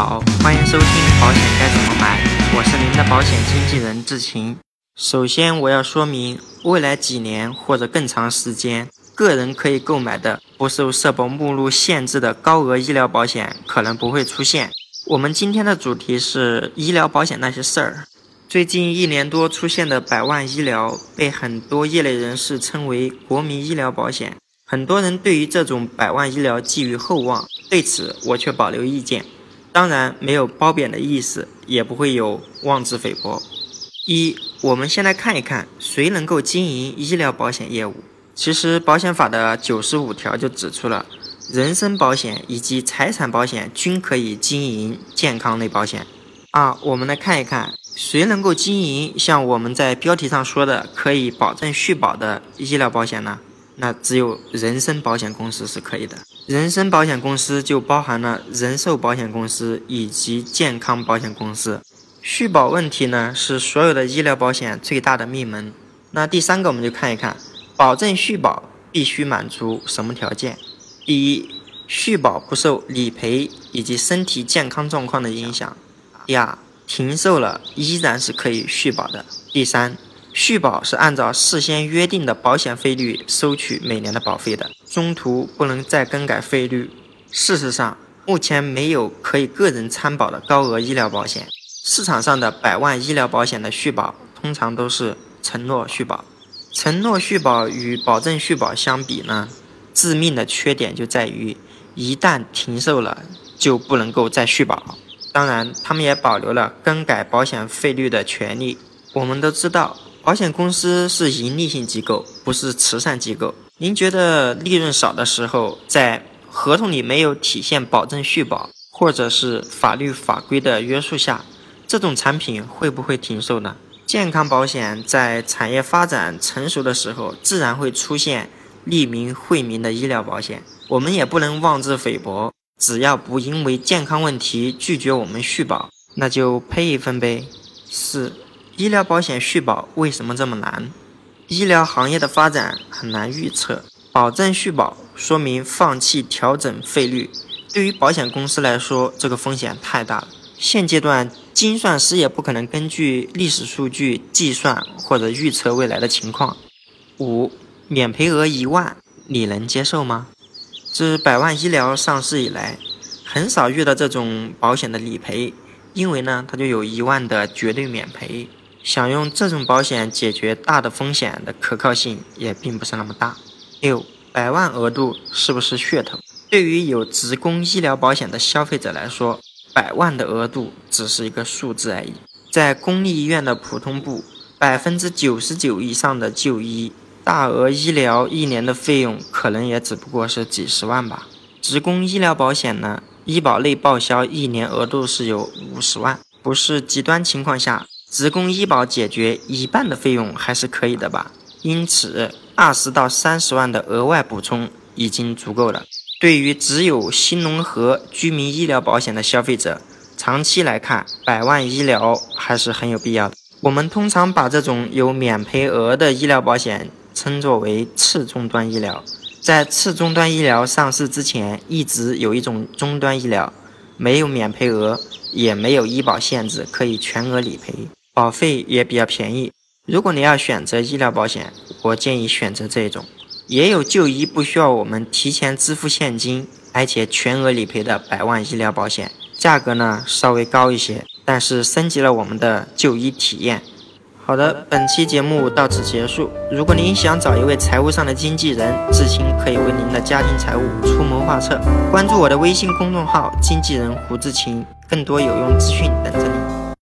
好，欢迎收听保险该怎么买，我是您的保险经纪人志勤。首先我要说明，未来几年或者更长时间，个人可以购买的不受社保目录限制的高额医疗保险可能不会出现。我们今天的主题是医疗保险那些事儿。最近1年多出现的百万医疗被很多业内人士称为国民医疗保险，很多人对于这种百万医疗寄予厚望，对此我却保留意见。当然没有褒贬的意思，也不会有妄自菲薄。我们先来看一看谁能够经营医疗保险业务。其实保险法的95条就指出了，人身保险以及财产保险均可以经营健康类保险。我们来看一看谁能够经营像我们在标题上说的可以保证续保的医疗保险呢？那只有人身保险公司是可以的。人身保险公司就包含了人寿保险公司以及健康保险公司。续保问题呢，是所有的医疗保险最大的命门。那第3个我们就看一看，保证续保必须满足什么条件。第一，续保不受理赔以及身体健康状况的影响。第二，停售了依然是可以续保的。第三，续保是按照事先约定的保险费率收取每年的保费的，中途不能再更改费率。事实上，目前没有可以个人参保的高额医疗保险。市场上的百万医疗保险的续保通常都是承诺续保。承诺续保与保证续保相比呢，致命的缺点就在于一旦停售了就不能够再续保。当然他们也保留了更改保险费率的权利。我们都知道保险公司是盈利性机构，不是慈善机构。您觉得利润少的时候，在合同里没有体现保证续保，或者是法律法规的约束下，这种产品会不会停售呢？健康保险在产业发展成熟的时候，自然会出现利民惠民的医疗保险。我们也不能妄自菲薄，只要不因为健康问题拒绝我们续保，那就赔一份呗。4. 医疗保险续保为什么这么难？医疗行业的发展很难预测，保证续保说明放弃调整费率，对于保险公司来说，这个风险太大了。现阶段精算师也不可能根据历史数据计算或者预测未来的情况。5. 免赔额1万，你能接受吗？自百万医疗上市以来，很少遇到这种保险的理赔，因为呢，它就有1万的绝对免赔。想用这种保险解决大的风险的可靠性也并不是那么大。6. 百万额度是不是噱头？对于有职工医疗保险的消费者来说，100万的额度只是一个数字而已。在公立医院的普通部，99%以上的就医大额医疗1年的费用可能也只不过是几十万吧。职工医疗保险呢，医保类报销1年额度是有50万，不是极端情况下，职工医保解决1半的费用还是可以的吧。因此20到30万的额外补充已经足够了。对于只有新农合居民医疗保险的消费者，长期来看百万医疗还是很有必要的。我们通常把这种有免赔额的医疗保险称作为次终端医疗。在次终端医疗上市之前，一直有一种终端医疗，没有免赔额，也没有医保限制，可以全额理赔，保费也比较便宜。如果你要选择医疗保险，我建议选择这种。也有就医不需要我们提前支付现金，而且全额理赔的百万医疗保险，价格呢稍微高一些，但是升级了我们的就医体验。好的，本期节目到此结束。如果您想找一位财务上的经纪人，志勤可以为您的家庭财务出谋划策。关注我的微信公众号经纪人胡志勤，更多有用资讯等着你。